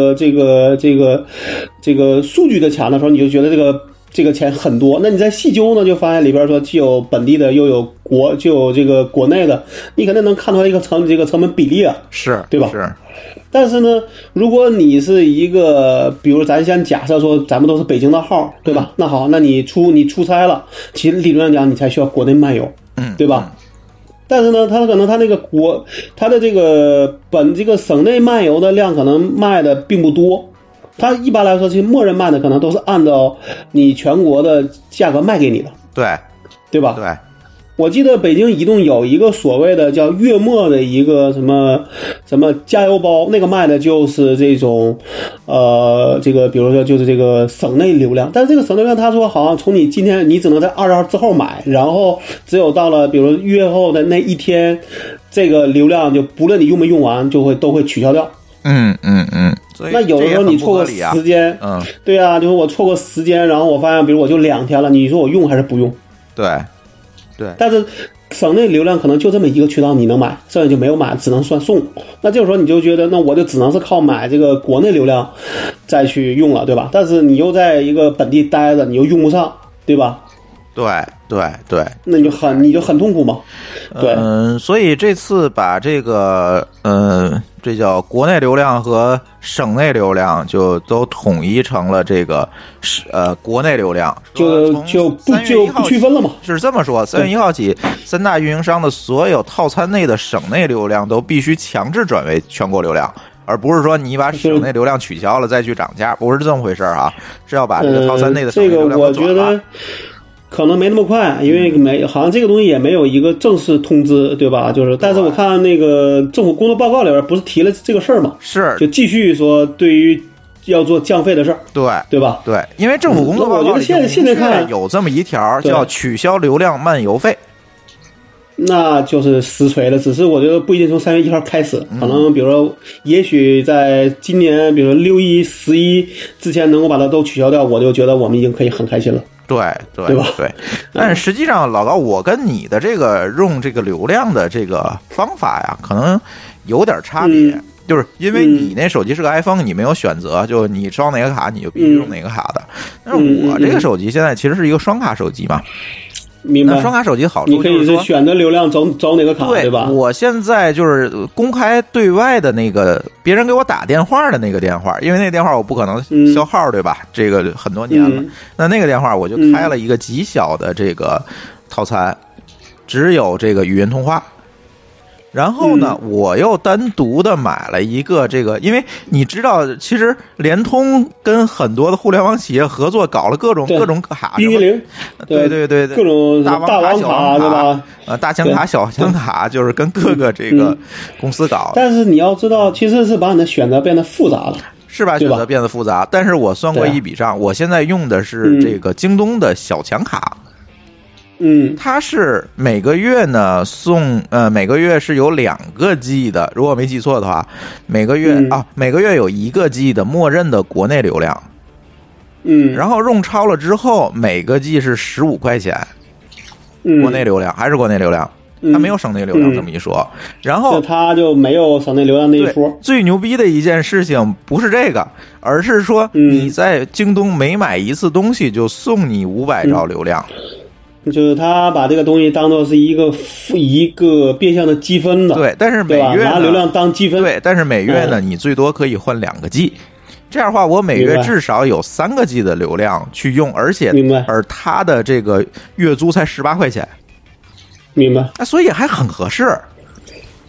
这个数据的钱的时候，你就觉得这个钱很多。那你在细究呢，就发现里边说既有本地的，又有这个国内的，你肯定能看出来一个成本比例啊， 是对吧？ 是。 但是呢，如果你是一个，比如咱先假设说咱们都是北京的号，对吧？那好，那你出差了，其实理论上讲你才需要国内漫游，对吧？但是呢，它可能它那个它的这个省内漫游的量可能卖的并不多，它一般来说其实默认卖的可能都是按照你全国的价格卖给你的，对吧？ 对。 我记得北京移动有一个所谓的叫月末的一个什么加油包，那个卖的就是这种这个比如说就是这个省内流量，但是这个省内流量他说好像从你今天你只能在20号之后买，然后只有到了比如月后的那一天，这个流量就不论你用没用完都会取消掉。那有的时候你错过时间，对啊，就是我错过时间，然后我发现比如我就2天了，你说我用还是不用？ 对， 但是省内流量可能就这么一个渠道你能买，剩下就没有买，只能算送。那这个时候你就觉得，那我就只能是靠买这个国内流量再去用了，对吧？但是你又在一个本地待着，你又用不上，对吧？ 对， 那你就很痛苦嘛。对， 所以这次把这个这叫国内流量和省内流量就都统一成了这个国内流量， 就不区分了嘛。 是这么说，3月1号起，3大运营商的所有套餐内的省内流量都必须强制转为全国流量，而不是说你把省内流量取消了再去涨价，不是这么回事啊，是要把这个套餐内的省内流量这个我觉得可能没那么快，因为好像这个东西也没有一个正式通知，对吧？就是，但是我看那个政府工作报告里边不是提了这个事儿吗？ 是， 就继续说对于要做降费的事儿， 对吧？ 对，因为政府工作报告里现在看有这么一条叫取消流量漫游费。 那就是实锤了，只是我觉得不一定从3月1号开始，可能比如说，也许在今年，比如说6、11之前能够把它都取消掉，我就觉得我们已经可以很开心了。 对吧？对，但是实际上，老高，我跟你的这个用这个流量的这个方法呀，可能有点差别，就是因为你那手机是个 iPhone，你没有选择，就你装哪个卡你就必须用哪个卡的。但是我这个手机现在其实是一个双卡手机嘛。 明白。 那双卡手机好处你可以是选择流量走哪个卡，对吧？ 我现在就是公开对外的那个别人给我打电话的那个电话，因为那个电话我不可能消号，对吧？这个很多年了，那个电话我就开了一个极小的这个套餐，只有这个语音通话。然后呢，我又单独的买了一个这个，因为你知道，其实联通跟很多的互联网企业合作，搞了各种卡， 冰激凌， 对， 各种大王卡，对吧？ 大强卡、小强卡，就是跟各个这个公司搞。 但是你要知道，其实是把你的选择变得复杂了， 是吧？选择变得复杂。但是我算过一笔账，我现在用的是这个京东的小强卡。它是每个月呢每个月是有2个 G 的，如果没记错的话，每个月有1个 G 的默认的国内流量，然后用超了之后，每个 G 是15块钱，国内流量还是国内流量，它没有省内流量这么一说，然后它就没有省内流量那一说。 最牛逼的一件事情不是这个，而是说你在京东每买一次东西就送你500兆流量。 就是他把这个东西当做是一个变相的积分的， 对，但是每月拿流量当积分， 对，但是每月呢，你最多可以换2个 G， 这样的话，我每月至少有3个 G 的流量去用，而它的这个月租才18块钱， 明白？ 所以还很合适。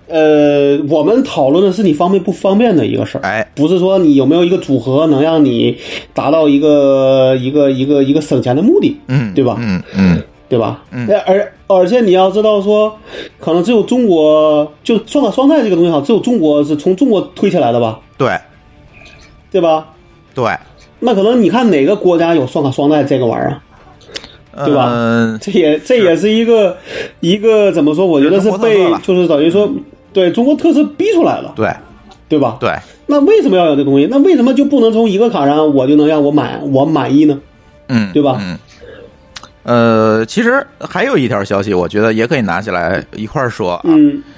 我们讨论的是你方便不方便的一个事儿，不是说你有没有一个组合能让你达到一个省钱的目的，对吧？对吧？而且你要知道说，可能只有中国就双卡双待这个东西好，只有中国是从中国推起来的吧？对吧？ 对。 那可能你看哪个国家有双卡双待这个玩意儿？对吧？这也是一个怎么说？我觉得是被就是等于说对中国特色逼出来了，对吧？ 对。 那为什么要有这东西？那为什么就不能从一个卡上我就能让我满意呢？对吧？ 其实还有一条消息，我觉得也可以拿起来一块儿说啊。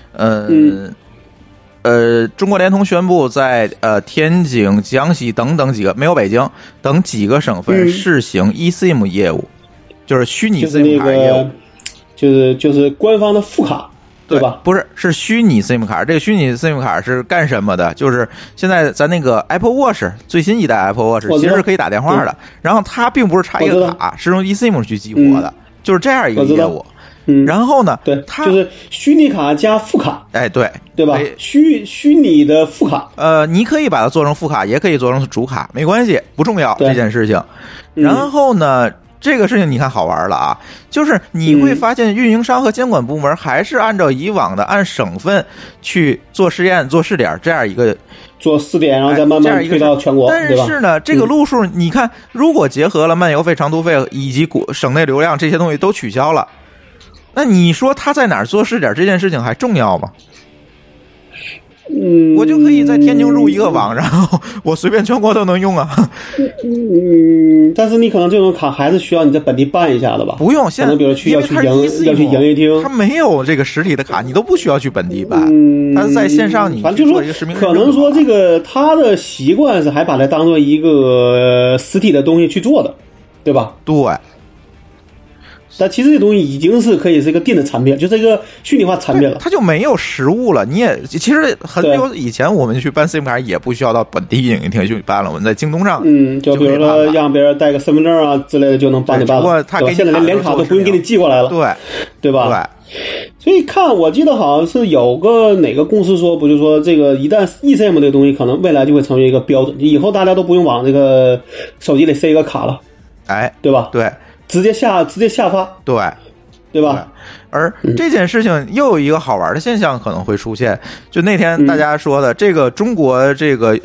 中国联通宣布在天津、江西等等几个没有北京等几个省份试行 eSIM 业务。就是虚拟 SIM 卡业务， 就是官方的副卡，对吧？ 不是，是虚拟 SIM 卡。这个虚拟 SIM 卡是干什么的？就是现在咱那个 Apple Watch 最新一代 Apple Watch 其实是可以打电话的，然后它并不是插一个卡，是用 eSIM 去激活的，就是这样一个业务。然后呢， 对，它就是虚拟卡加副卡，对吧？虚拟的副卡， 你可以把它做成副卡，也可以做成主卡，没关系，不重要这件事情。然后呢？这个事情你看好玩了啊，就是你会发现运营商和监管部门还是按照以往的按省份去做试验、做试点这样一个做试点，然后再慢慢推到全国。 但是呢，这个路数你看，如果结合了漫游费、长途费以及省内流量这些东西都取消了，那你说他在哪儿做试点这件事情还重要吗？我就可以在天津入一个网，然后我随便全国都能用啊。 但是你可能这种卡还是需要你在本地办一下的吧？ 不用，现在比如要去营业厅， 它没有这个实体的卡，你都不需要去本地办。它是在线上，你反正就是说，可能说这个他的习惯是还把它当做一个实体的东西去做的，对吧？ 对。 但其实这东西已经是可以是一个电子产品，就是一个虚拟化产品了， 它就没有实物了。你也其实很久以前我们去办 SIM 卡也不需要到本地营业厅去办了，我们在京东上就比如说让别人带个身份证啊之类的就能帮你办了。 不过他给现在连卡都不用给你寄过来了，对吧？对。所以看我记得好像是有个哪个公司说，不就说这个一旦 eSIM 这个东西可能未来就会成为一个标准，以后大家都不用往这个手机里塞一个卡了，对吧？ 对。 直接下发，对吧？ 而这件事情又有一个好玩的现象可能会出现，就那天大家说的，这个中国这个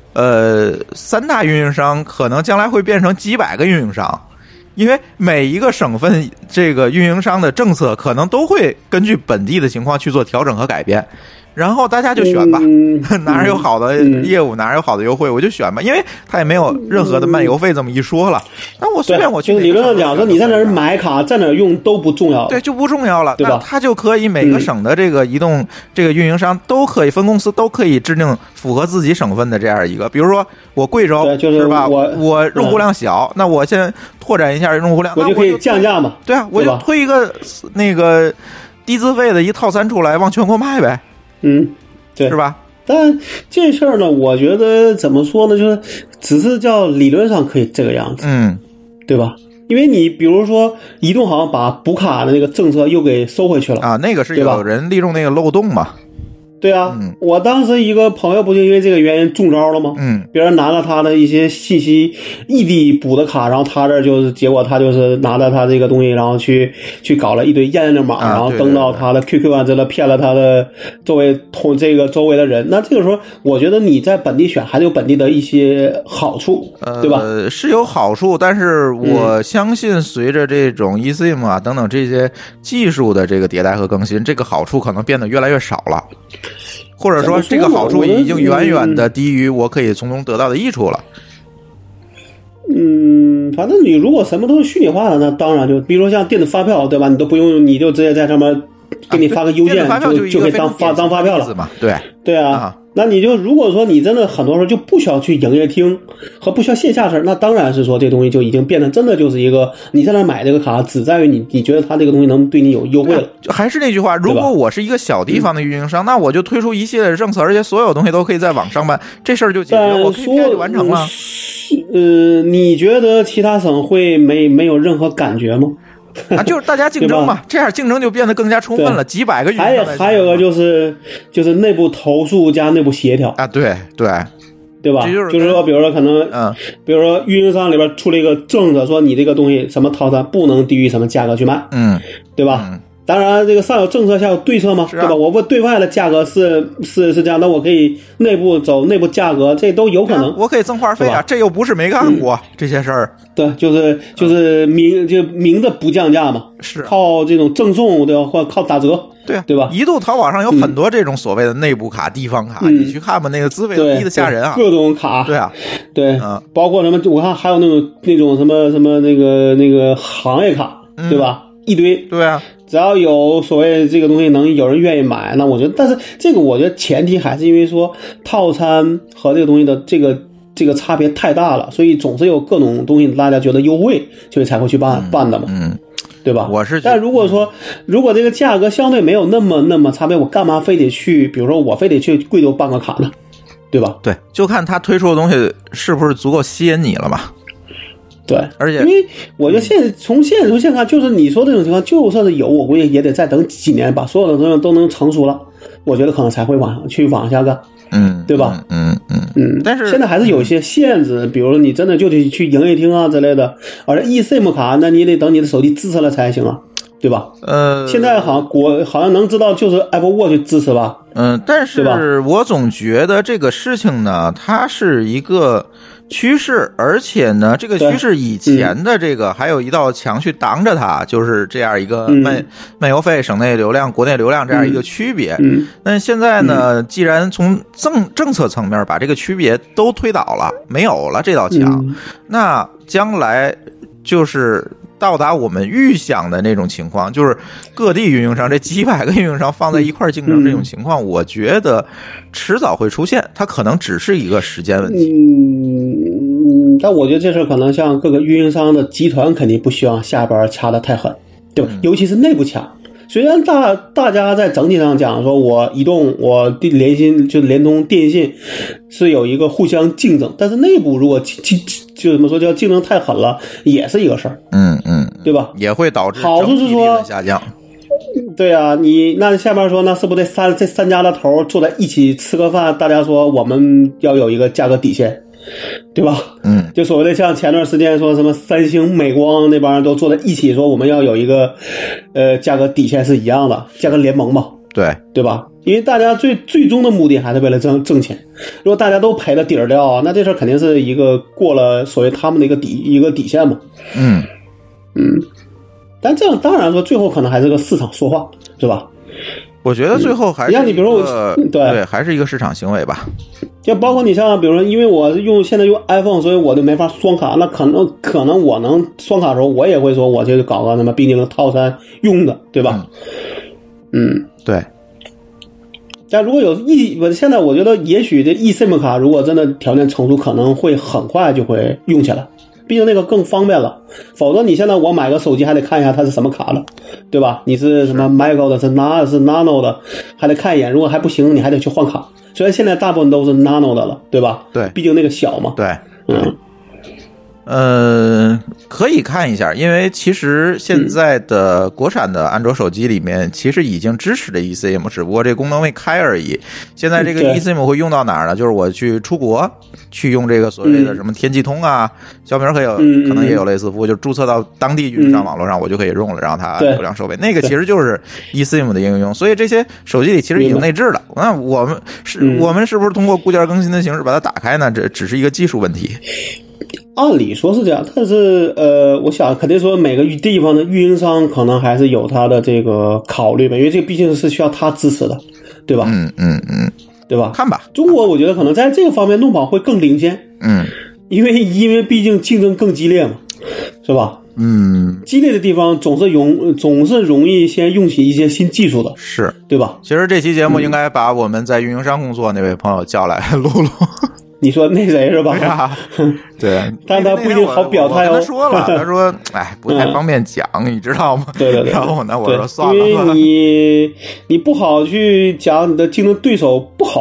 3大运营商可能将来会变成几百个运营商，因为每一个省份这个运营商的政策可能都会根据本地的情况去做调整和改变。然后大家就选吧，哪儿有好的业务，哪儿有好的优惠，我就选吧，因为他也没有任何的漫游费这么一说了。那我随便我去。 理论上讲说，你在哪儿买卡，在哪儿用都不重要。 对，就不重要了， 对吧？ 他就可以每个省的这个移动这个运营商都可以分公司都可以制定符合自己省份的这样一个，比如说我贵州是吧？我用户量小，那我先拓展一下用户量， 我就可以降价嘛。 对啊，我就推一个那个低资费的一套餐出来，往全国卖呗。 对， 是吧？ 但这事儿呢，我觉得怎么说呢，就是只是叫理论上可以这个样子，对吧？因为你比如说移动好像把补卡的那个政策又给收回去了啊，那个是有人利用那个漏洞嘛。 对啊，我当时一个朋友不就因为这个原因中招了吗？别人拿了他的一些信息异地补的卡，然后他这就是结果他就是拿着他这个东西，然后去搞了一堆验证码，然后登到他的 QQ 啊之类，骗了他的周围的人。那这个时候，我觉得你在本地选还是有本地的一些好处，对吧？ 是有好处，但是我相信随着这种 eSIM 啊等等这些技术的这个迭代和更新，这个好处可能变得越来越少了。或者说这个好处已经远远的低于我可以从中得到的益处了。 反正你如果什么都是虚拟化的，那当然就比如说像电子发票，对吧？你都不用，你就直接在上面给你发个邮件，就可以当发票了嘛。 对啊。那你就如果说你真的很多时候就不需要去营业厅和不需要线下事，那当然是说这东西就已经变成真的就是一个你在那买这个卡只在于你觉得它这个东西能对你有优惠了。 还是那句话，如果我是一个小地方的运营商，那我就推出一系列的政策，而且所有东西都可以在网上办，这事儿就解决，我 KPI 就完成了。 你觉得其他省会没有任何感觉吗？ 啊，就是大家竞争嘛，这样竞争就变得更加充分了，几百个运营商。 还有个就是内部投诉加内部协调啊，对对。 对吧？就是说，比如说可能，比如说运营商里边出了一个政策，说你这个东西什么套餐不能低于什么价格去卖，对吧？当然，这个上有政策，下有对策嘛，对吧？我对外的价格是这样，那我可以内部走内部价格，这都有可能。 我可以增话费啊，这又不是没干过这些事儿。 对，就是明着不降价嘛， 是靠这种赠送，对吧？或靠打折。对吧？ 一度淘宝上有很多这种所谓的内部卡、地方卡，你去看吧，那个资费都低得吓人啊！ 各种卡， 对啊， 对，包括什么，我看还有那种什么那个行业卡，对吧？一堆， 对啊， 只要有所谓这个东西能有人愿意买，那我觉得，但是这个我觉得前提还是因为说套餐和这个东西的这个差别太大了，所以总是有各种东西大家觉得优惠，所以才会去办的嘛。对吧？但如果这个价格相对没有那么差别，我干嘛非得去？比如说我非得去贵州办个卡呢？对吧？ 对，就看他推出的东西是不是足够吸引你了嘛。 对， 而且因为我觉得从现在看，就是你说这种情况，就算是有，我估计也得再等几年，把所有的东西都能成熟了，我觉得可能才会往下干。对吧？ 但是现在还是有一些限制，比如说你真的就得去营业厅啊之类的，而且 eSIM 卡，那你得等你的手机支持了才行啊，对吧？现在好像能知道就是 Apple Watch 支持吧？ 但是我总觉得这个事情呢，它是一个趋势，而且呢，这个趋势以前的这个还有一道墙去挡着它，就是这样一个漫游费、省内流量、国内流量这样一个区别。但现在呢，既然从政策层面把这个区别都推倒了，没有了这道墙，那将来就是到达我们预想的那种情况，就是各地运营商这几百个运营商放在一块竞争这种情况，我觉得迟早会出现，它可能只是一个时间问题。 但我觉得这事可能像各个运营商的集团肯定不希望下边掐得太狠，对吧？尤其是内部掐。虽然大家在整体上讲说，我移动、我联通、电信是有一个互相竞争，但是内部如果就怎么说叫竞争太狠了，也是一个事儿。对吧？ 也会导致好处是说下降。 对啊，你那下边说，那是不是这三家的头坐在一起吃个饭？大家说我们要有一个价格底线，对吧？就所谓的像前段时间说什么三星、美光那帮人都坐在一起说我们要有一个价格底线是一样的，价格联盟嘛，对吧？因为大家最终的目的还是为了挣钱。如果大家都赔了底儿掉，那这事儿肯定是一个过了所谓他们的一个底线嘛。但这样当然说最后可能还是个市场说话，是吧？ 我觉得最后还是像你比如说对，还是一个市场行为吧。 就包括你像比如说，因为我现在用 iPhone， 所以我就没法双卡。那可能我能双卡的时候，我也会说我就搞个什么冰激凌套餐用的，对吧？ 对。 但如果现在我觉得也许这 eSIM 卡如果真的条件成熟，可能会很快就会用起来。毕竟那个更方便了，否则你现在我买个手机还得看一下它是什么卡的，对吧？你是什么 Micro 的，是 Nano 的，还得看一眼。如果还不行，你还得去换卡。虽然现在大部分都是 Nano 的了，对吧？ 对， 毕竟那个小嘛。 对，可以看一下，因为其实现在的国产的安卓手机里面其实已经支持的 eSIM， 只不过这功能未开而已。现在这个 eSIM 会用到哪儿呢？就是我去出国去用这个所谓的什么天气通啊，小米可能也有类似服务，就注册到当地运营商网络上，我就可以用了，然后它流量收费。那个其实就是 eSIM 的应用，所以这些手机里其实已经内置了。那我们是不是通过固件更新的形式把它打开呢？这只是一个技术问题。 按理说是这样，但是我想肯定说每个地方的运营商可能还是有他的这个考虑吧，因为这毕竟是需要他支持的，对吧？对吧？ 看吧， 中国我觉得可能在这个方面弄不好会更领先，因为毕竟竞争更激烈嘛，是吧？激烈的地方总是容易先用起一些新技术的， 是对吧？ 其实这期节目应该把我们在运营商工作那位朋友叫来录录。 你说那谁是吧？ 对， 但他不一定好表态哦。 他说了，他说：“不太方便讲，你知道吗？” 对。 然后呢，我说算了， 因为你不好去讲你的竞争对手不好啊，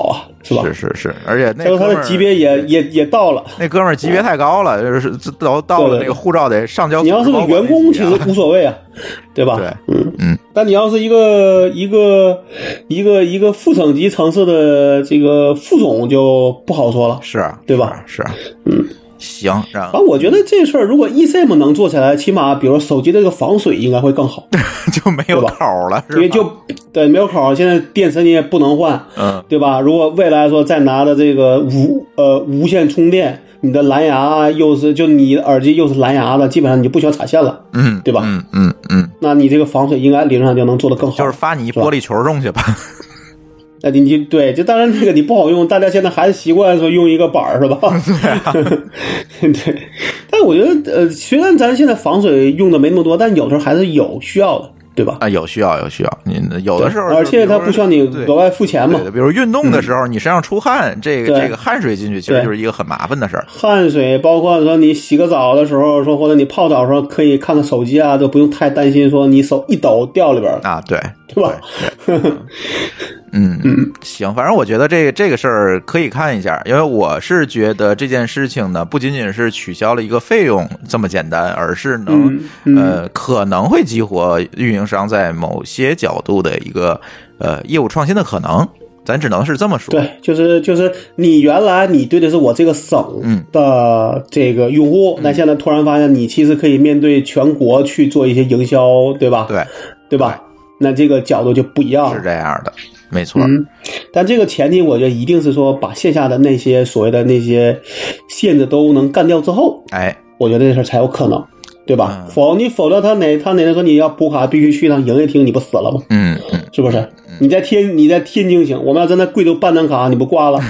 是吧？ 是，而且那他的级别也到了， 那哥们儿级别太高了，就是到了那个护照得上交。 你要是个员工，其实无所谓啊，对吧？ 对， 但你要是一个副省级城市的这个副总就不好说了， 是啊， 对吧？ 是啊，行，然后我觉得这事儿如果 eSIM 能做起来，起码比如手机这个防水应该会更好， 就没有口了，是吧？ 因为对没有口，现在电池你也不能换，对吧？如果未来说再拿的这个无线充电，你的蓝牙就你的耳机又是蓝牙的，基本上你就不需要插线了，对吧？那你这个防水应该理论上就能做得更好， 就是发你玻璃球用去吧。 那你对，就当然那个你不好用，大家现在还是习惯说用一个板儿是吧？对，但我觉得虽然咱现在防水用的没那么多，但有时候还是有需要的，对吧？ 有需要，你有的时候， 而且它不需要你额外付钱嘛。 对，比如运动的时候，你身上出汗，这个汗水进去，其实就是一个很麻烦的事儿。 汗水，包括说你洗个澡的时候，说或者你泡澡的时候，可以看看手机啊，都不用太担心说你手一抖掉里边啊，对吧？ 行，反正我觉得这个事儿可以看一下，因为我是觉得这件事情呢，不仅仅是取消了一个费用这么简单，而是可能会激活运营商在某些角度的一个业务创新的可能。咱只能是这么说。 对，就是你原来你对的是我这个省的这个用户，那现在突然发现你其实可以面对全国去做一些营销，对吧？对吧？那这个角度就不一样了。 是这样的，没错。 但这个前提我觉得一定是说把线下的那些所谓的那些限制都能干掉之后，我觉得这事才有可能。对吧？否则他哪天说你要补卡必须去趟营业厅，你不死了吗？是不是？你在天津行，我们要在那贵州办张卡，你不挂了？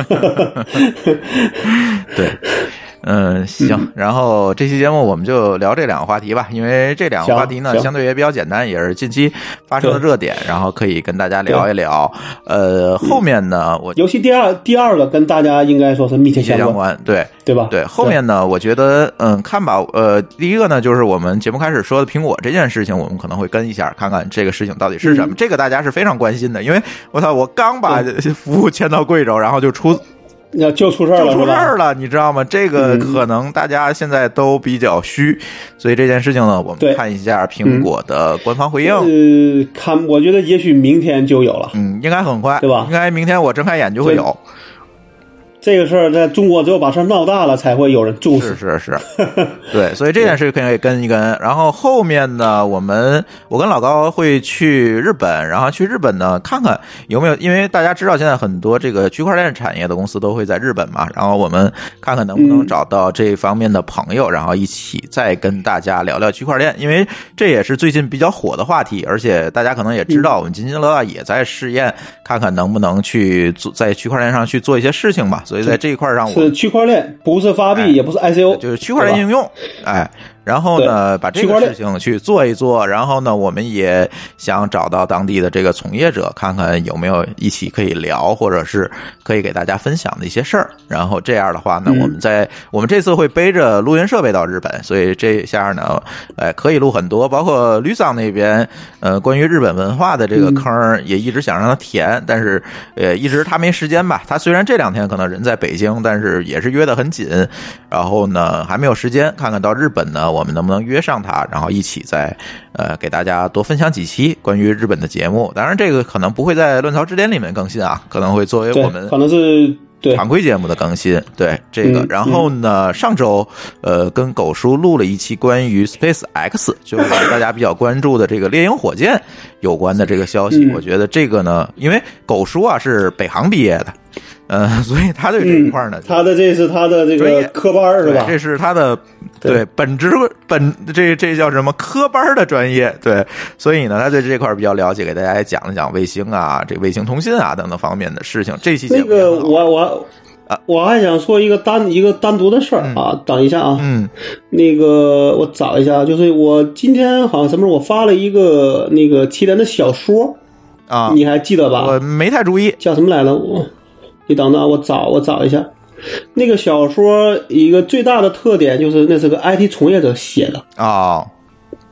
对。行，然后这期节目我们就聊这两个话题吧，因为这两个话题呢相对也比较简单，也是近期发生的热点，然后可以跟大家聊一聊。后面呢， 尤其第二个跟大家应该说是密切相关，对吧？ 对，后面呢，我觉得看吧，第一个呢就是我们节目开始说的苹果这件事情，我们可能会跟一下，看看这个事情到底是什么。这个大家是非常关心的，因为我刚把服务迁到贵州，然后就出事儿了，你知道吗？这个可能大家现在都比较虚，所以这件事情呢，我们看一下苹果的官方回应。 我觉得也许明天就有了， 应该很快， 对吧？ 应该明天我睁开眼就会有。 这个事儿在中国只有把事儿闹大了才会有人重视， 是，对，所以这件事可以跟一跟。然后后面呢，我跟老高会去日本，然后去日本呢看看有没有，因为大家知道现在很多这个区块链产业的公司都会在日本嘛，然后我们看看能不能找到这方面的朋友，然后一起再跟大家聊聊区块链，因为这也是最近比较火的话题，而且大家可能也知道，我们津津乐道也在试验，看看能不能去在区块链上去做一些事情吧。所以在这一块上， 是区块链，不是发币，也不是 ICO， 就是区块链应用，然后呢，把这个事情去做一做，然后呢，我们也想找到当地的这个从业者，看看有没有一起可以聊，或者是可以给大家分享的一些事儿。然后这样的话呢，我们这次会背着录音设备到日本，所以这下呢，可以录很多，包括吕桑那边，关于日本文化的这个坑也一直想让他填，但是一直他没时间吧。他虽然这2天可能人在北京，但是也是约得很紧，然后呢还没有时间，看看到日本呢，我们能不能约上他，然后一起再给大家多分享几期关于日本的节目。当然这个可能不会在乱曹之巅里面更新啊，可能会作为我们可能是常规节目的更新。对这个，然后呢上周跟狗叔录了一期关于 SpaceX， 就是大家比较关注的这个猎鹰火箭有关的这个消息。我觉得这个呢，因为狗叔啊是北航毕业的，所以他对这一块呢， 这是他的这个科班是吧？ 这是他的本这叫什么科班的专业，对，所以呢，他对这块比较了解，给大家也讲了讲卫星啊、这卫星通信啊等等方面的事情。这期节目我还想说一个单独的事儿啊，等一下啊，那个我找一下，就是我今天好像什么时候我发了一个那个7连的小说啊，你还记得吧？ 我没太注意， 叫什么来着？你等等，我找一下。那个小说一个最大的特点就是那是个 IT 从业者写的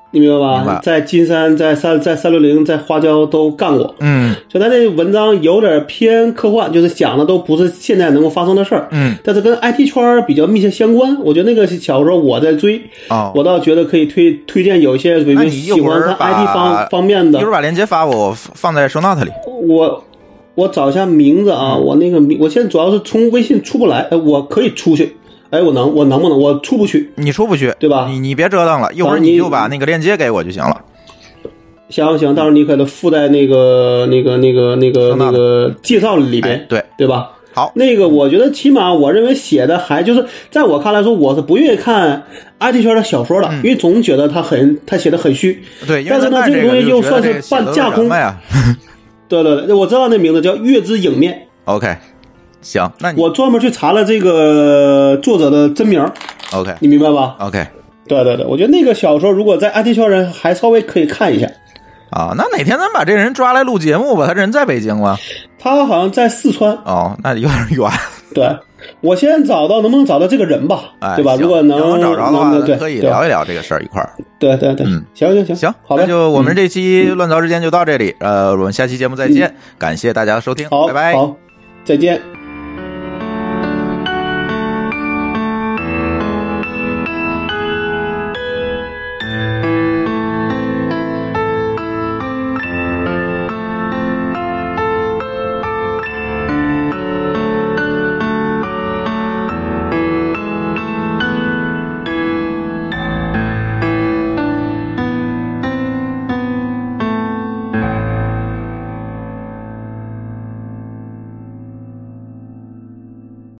你明白吧？在金山、在360、在花椒都干过。所以他这文章有点偏科幻，就是讲的都不是现在能够发生的事儿。但是跟 IT 圈比较密切相关。我觉得那个小时候我在追，我倒觉得可以推荐有一些喜欢看 IT 方面的。 一会儿把链接发我放在 show note 里。 我找一下名字啊，我现在主要是从微信出不来，我可以出去。我能不能？我出不去。 你出不去， 对吧？ 你别折腾了，一会儿你就把那个链接给我就行了。 行，到时候你可以附在那个介绍里边，对吧？ 好， 那个我觉得起码我认为写的还就是在我看来说，我是不愿意看 IT 圈的小说的，因为总觉得他写的很虚。 对， 但是呢，这个东西就算是半架空。对，我知道那名字叫月之影面。 OK。行，那我专门去查了这个作者的真名。 OK， 你明白吧 ？OK， 对，我觉得那个小说如果在 IT 圈人还稍微可以看一下。 啊，那哪天咱把这人抓来录节目吧？他人在北京吗？ 他好像在四川。 哦，那有点远。 对，我先能不能找到这个人吧？对吧？如果能找着的话，咱可以聊一聊这个事儿一块儿。 对，行，好的， 那就我们这期乱糟之间就到这里。我们下期节目再见，感谢大家的收听，拜拜。 好，再见。